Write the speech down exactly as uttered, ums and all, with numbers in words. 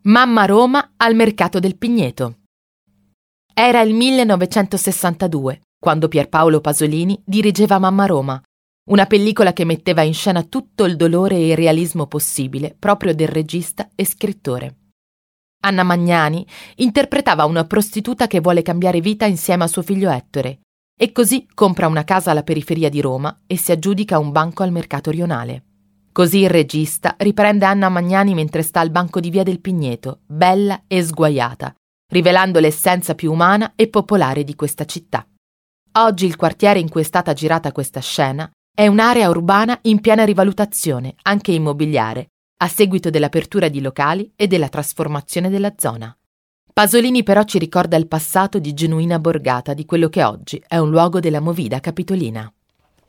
Mamma Roma al mercato del Pigneto. Era il millenovecentosessantadue, quando Pierpaolo Pasolini dirigeva Mamma Roma, una pellicola che metteva in scena tutto il dolore e il realismo possibile proprio del regista e scrittore. Anna Magnani interpretava una prostituta che vuole cambiare vita insieme a suo figlio Ettore e così compra una casa alla periferia di Roma e si aggiudica un banco al mercato rionale. Così il regista riprende Anna Magnani mentre sta al banco di Via del Pigneto, bella e sguaiata, rivelando l'essenza più umana e popolare di questa città. Oggi il quartiere in cui è stata girata questa scena è un'area urbana in piena rivalutazione, anche immobiliare, a seguito dell'apertura di locali e della trasformazione della zona. Pasolini però ci ricorda il passato di genuina borgata di quello che oggi è un luogo della movida capitolina.